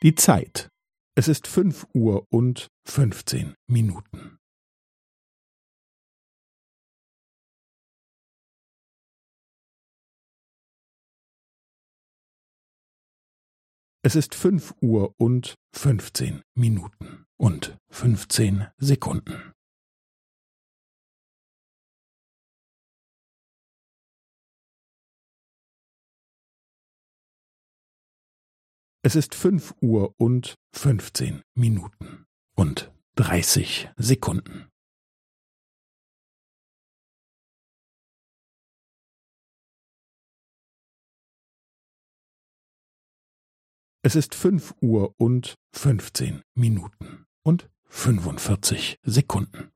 Die Zeit. Es ist 5:15. Es ist 5:15 und 15 Sekunden. Es ist 5:15 und 30 Sekunden. Es ist 5:15 und 45 Sekunden.